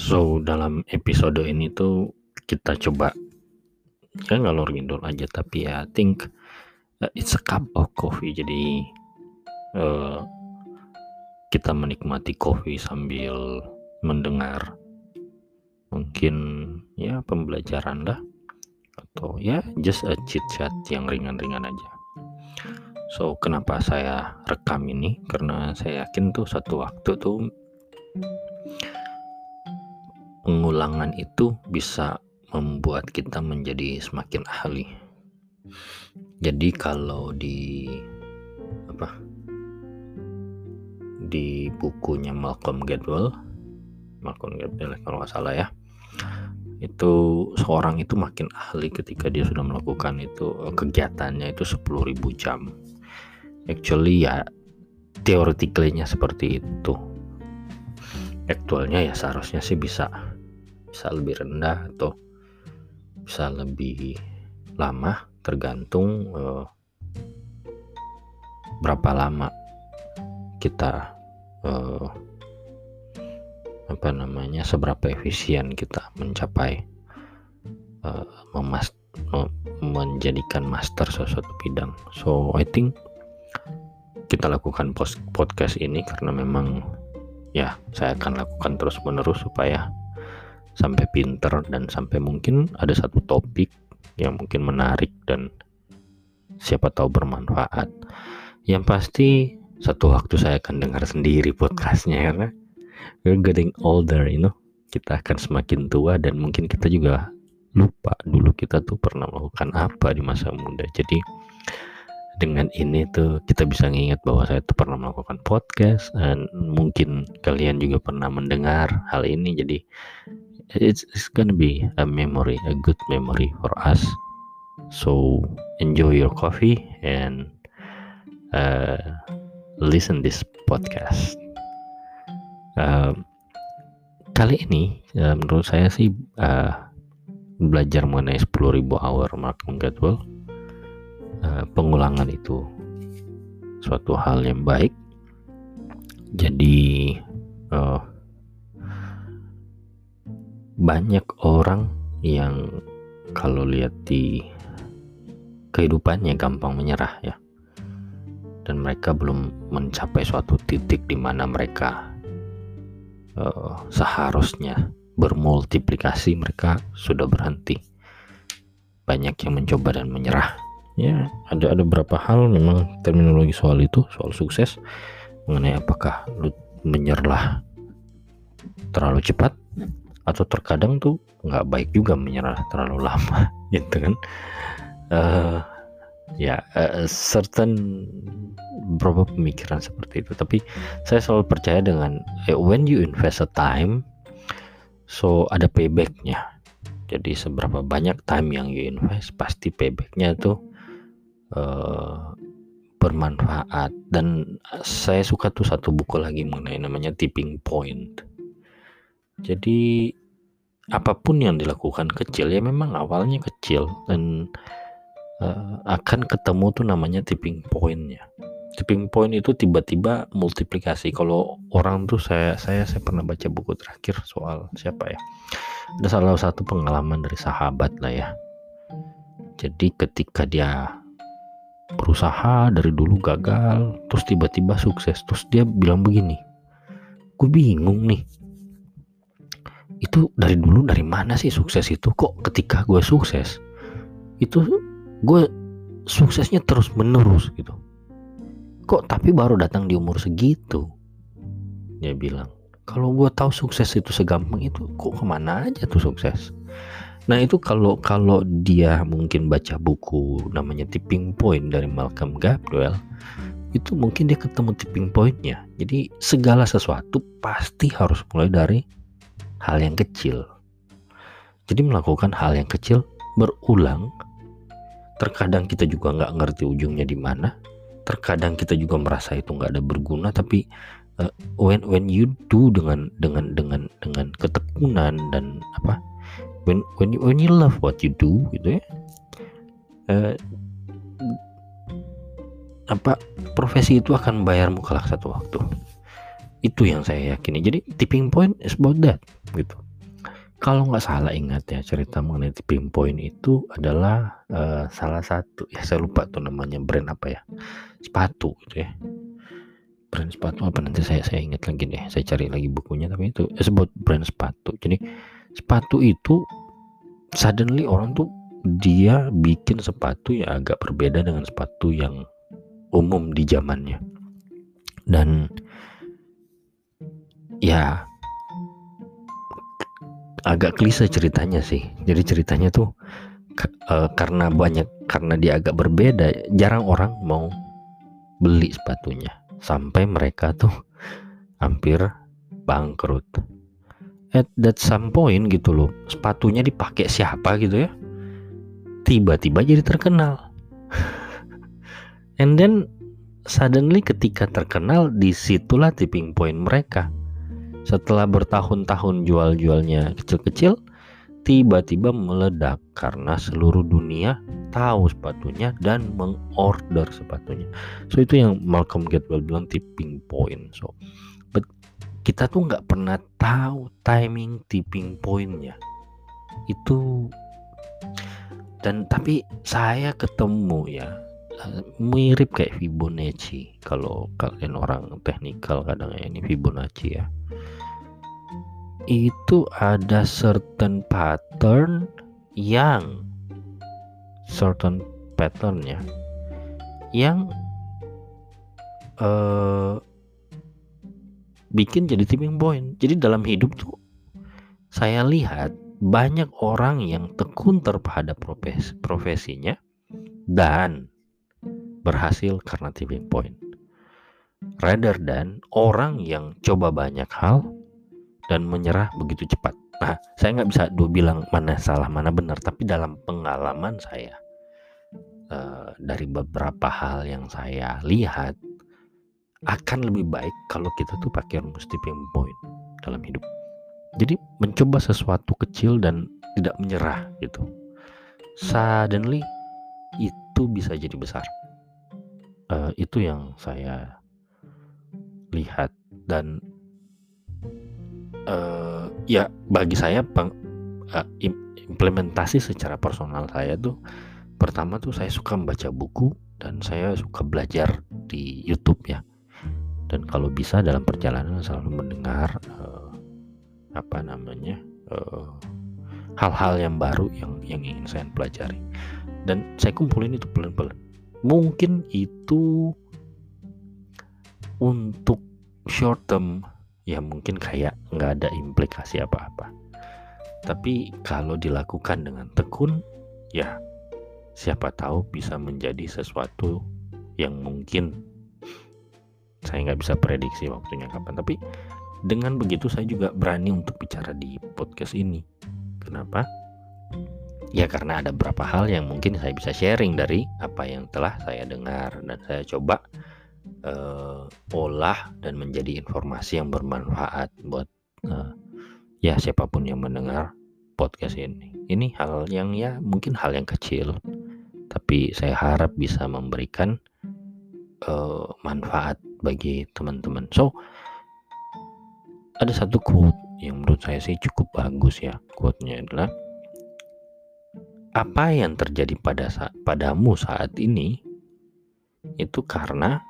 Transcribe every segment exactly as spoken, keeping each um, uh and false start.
So dalam episode ini tuh kita coba ya ngalor ngidul aja, tapi ya I think uh, it's a cup of coffee. Jadi uh, kita menikmati kopi sambil mendengar mungkin ya pembelajaran lah, atau ya just a chit chat yang ringan-ringan aja. So kenapa saya rekam ini? Karena saya yakin tuh satu waktu tuh pengulangan itu bisa membuat kita menjadi semakin ahli. Jadi kalau di apa di bukunya Malcolm Gladwell, Malcolm Gladwell kalau nggak salah ya, itu seorang itu makin ahli ketika dia sudah melakukan itu kegiatannya itu sepuluh ribu jam. Actually ya theoretically-nya seperti itu. Aktualnya ya seharusnya sih bisa bisa lebih rendah atau bisa lebih lama, tergantung uh, berapa lama kita uh, apa namanya seberapa efisien kita mencapai uh, memas- menjadikan master sesuatu bidang. So I think kita lakukan post- podcast ini karena memang ya saya akan lakukan terus menerus supaya sampai pinter dan sampai mungkin ada satu topik yang mungkin menarik dan siapa tahu bermanfaat. Yang pasti satu waktu saya akan dengar sendiri podcastnya karena we're getting older, you know. Kita akan semakin tua dan mungkin kita juga lupa dulu kita tuh pernah melakukan apa di masa muda. Jadi dengan ini tuh kita bisa ngingat bahwa saya tuh pernah melakukan podcast, dan mungkin kalian juga pernah mendengar hal ini. Jadi it's, it's gonna be a memory, a good memory for us. So enjoy your coffee and uh, listen this podcast. Uh, kali ini uh, menurut saya sih uh, belajar mengenai sepuluh ribu hour Malcolm Gladwell. Uh, pengulangan itu suatu hal yang baik. Jadi uh, banyak orang yang kalau lihat di kehidupannya gampang menyerah ya, dan mereka belum mencapai suatu titik di mana mereka uh, seharusnya bermultiplikasi, mereka sudah berhenti. Banyak yang mencoba dan menyerah. Ya, ada ada beberapa hal memang terminologi soal itu, soal sukses, mengenai apakah lu menyerah terlalu cepat atau terkadang tuh nggak baik juga menyerah terlalu lama, gitu kan? Uh, ya, uh, certain beberapa pemikiran seperti itu. Tapi saya selalu percaya dengan eh, when you invest a time, so ada paybacknya. Jadi seberapa banyak time yang you invest, pasti paybacknya tuh Uh, bermanfaat. Dan saya suka tuh satu buku lagi mengenai namanya Tipping Point. Jadi apapun yang dilakukan kecil ya memang awalnya kecil, dan uh, akan ketemu tuh namanya tipping point-nya. Tipping point itu tiba-tiba multiplikasi. Kalau orang tuh saya saya saya pernah baca buku terakhir soal siapa ya? Ada salah satu pengalaman dari sahabat lah ya. Jadi ketika dia berusaha dari dulu gagal, terus tiba-tiba sukses, terus dia bilang begini, gue bingung nih, itu dari dulu dari mana sih sukses itu, kok ketika gue sukses itu gue suksesnya terus menerus gitu, kok tapi baru datang di umur segitu. Dia bilang, kalau gue tahu sukses itu segampang itu, kok kemana aja tuh sukses. Nah itu kalau kalau dia mungkin baca buku namanya Tipping Point dari Malcolm Gladwell, itu mungkin dia ketemu tipping point-nya. Jadi segala sesuatu pasti harus mulai dari hal yang kecil. Jadi melakukan hal yang kecil berulang. Terkadang kita juga nggak ngerti ujungnya di mana. Terkadang kita juga merasa itu nggak ada berguna. Tapi uh, when when you do dengan dengan dengan dengan ketekunan dan apa? When when you, when you love what you do gitu ya, uh, apa profesi itu akan membayarmu kelak satu waktu. Itu yang saya yakini. Jadi tipping point is about that gitu. Kalau nggak salah ingat ya, cerita mengenai tipping point itu adalah uh, salah satu, ya saya lupa tuh namanya brand apa ya, sepatu gitu ya. Brand sepatu apa, nanti saya saya ingat lagi deh, saya cari lagi bukunya, tapi itu sebut brand sepatu. Jadi sepatu itu suddenly orang tuh dia bikin sepatu yang agak berbeda dengan sepatu yang umum di zamannya. Dan ya agak klise ceritanya sih. Jadi ceritanya tuh uh, karena banyak karena dia agak berbeda, jarang orang mau beli sepatunya sampai mereka tuh hampir bangkrut. At that some point gitu loh, sepatunya dipakai siapa gitu ya, tiba-tiba jadi terkenal. And then suddenly ketika terkenal, disitulah tipping point mereka. Setelah bertahun-tahun jual-jualnya kecil-kecil, tiba-tiba meledak karena seluruh dunia tahu sepatunya dan mengorder sepatunya. So itu yang Malcolm Gladwell bilang tipping point. So but kita tuh nggak pernah tahu timing tipping pointnya itu. Dan tapi saya ketemu ya, mirip kayak Fibonacci. Kalau kalian orang teknikal kadang ya, ini Fibonacci ya, itu ada certain pattern yang certain patternnya yang uh, bikin jadi tipping point. Jadi dalam hidup tuh saya lihat banyak orang yang tekun terhadap profes, profesinya dan berhasil karena tipping point, rather than orang yang coba banyak hal dan menyerah begitu cepat. Nah, saya nggak bisa do bilang mana salah mana benar, tapi dalam pengalaman saya uh, dari beberapa hal yang saya lihat, akan lebih baik kalau kita tuh pakai rumus tipping point dalam hidup. Jadi mencoba sesuatu kecil dan tidak menyerah gitu, suddenly itu bisa jadi besar. Uh, itu yang saya lihat. Dan Uh, ya bagi saya peng, uh, implementasi secara personal saya tuh, pertama tuh saya suka membaca buku dan saya suka belajar di YouTube ya. Dan kalau bisa dalam perjalanan selalu mendengar uh, apa namanya uh, hal-hal yang baru yang yang ingin saya pelajari. Dan saya kumpulin itu pelan-pelan. Mungkin itu untuk short term ya, mungkin kayak nggak ada implikasi apa-apa. Tapi kalau dilakukan dengan tekun, ya siapa tahu bisa menjadi sesuatu yang mungkin saya nggak bisa prediksi waktunya kapan. Tapi dengan begitu saya juga berani untuk bicara di podcast ini. Kenapa? Ya karena ada beberapa hal yang mungkin saya bisa sharing dari apa yang telah saya dengar dan saya coba Uh, olah dan menjadi informasi yang bermanfaat buat uh, ya siapapun yang mendengar podcast ini. Ini hal yang ya mungkin hal yang kecil, tapi saya harap bisa memberikan uh, manfaat bagi teman-teman. So ada satu quote yang menurut saya sih cukup bagus ya. Quote-nya adalah, apa yang terjadi pada sa- padamu saat ini itu karena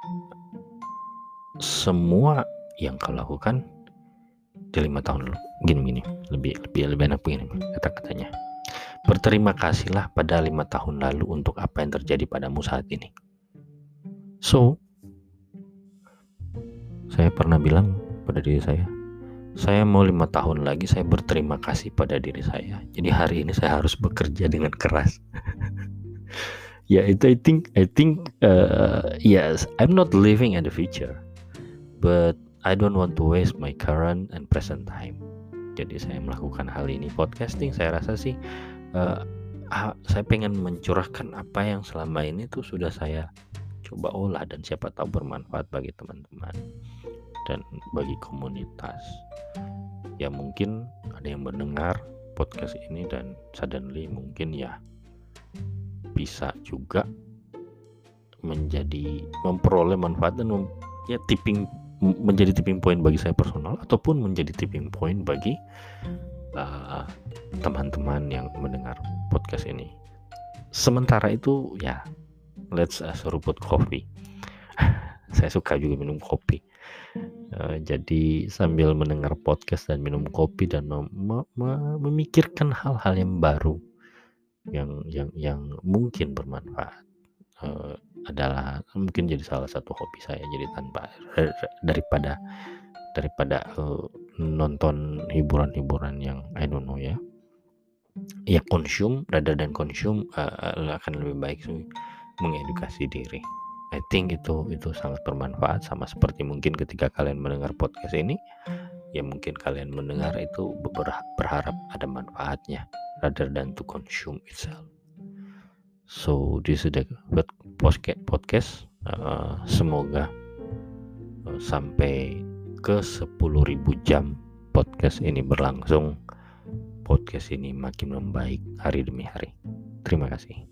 semua yang kau lakukan di lima tahun lalu. Gini-gini, lebih lebih lebih enak begini kata-katanya. Berterima kasihlah pada lima tahun lalu untuk apa yang terjadi padamu saat ini. So, saya pernah bilang pada diri saya, saya mau lima tahun lagi saya berterima kasih pada diri saya. Jadi hari ini saya harus bekerja dengan keras. Ya itu I think I think uh, yes, I'm not living in the future, but I don't want to waste my current and present time. Jadi saya melakukan hal ini podcasting, saya rasa sih uh, uh, saya pengen mencurahkan apa yang selama ini tuh sudah saya coba olah dan siapa tahu bermanfaat bagi teman-teman dan bagi komunitas. Ya mungkin ada yang mendengar podcast ini dan suddenly mungkin ya bisa juga menjadi memperoleh manfaat dan mem, ya tipping menjadi tipping point bagi saya personal ataupun menjadi tipping point bagi uh, teman-teman yang mendengar podcast ini. Sementara itu ya, let's uh, seruput kopi. Saya suka juga minum kopi. Uh, jadi sambil mendengar podcast dan minum kopi dan mem- mem- memikirkan hal-hal yang baru, yang yang yang mungkin bermanfaat, uh, adalah mungkin jadi salah satu hobi saya. Jadi tanpa daripada daripada uh, nonton hiburan-hiburan yang I don't know ya, ya consume rather than consume, uh, akan lebih baik sih mengedukasi diri. I think itu itu sangat bermanfaat, sama seperti mungkin ketika kalian mendengar podcast ini, ya mungkin kalian mendengar itu berharap ada manfaatnya rather than to consume itself. So this is the podcast. Uh, semoga uh, sampai ke sepuluh ribu jam podcast ini berlangsung, podcast ini makin membaik hari demi hari. Terima kasih.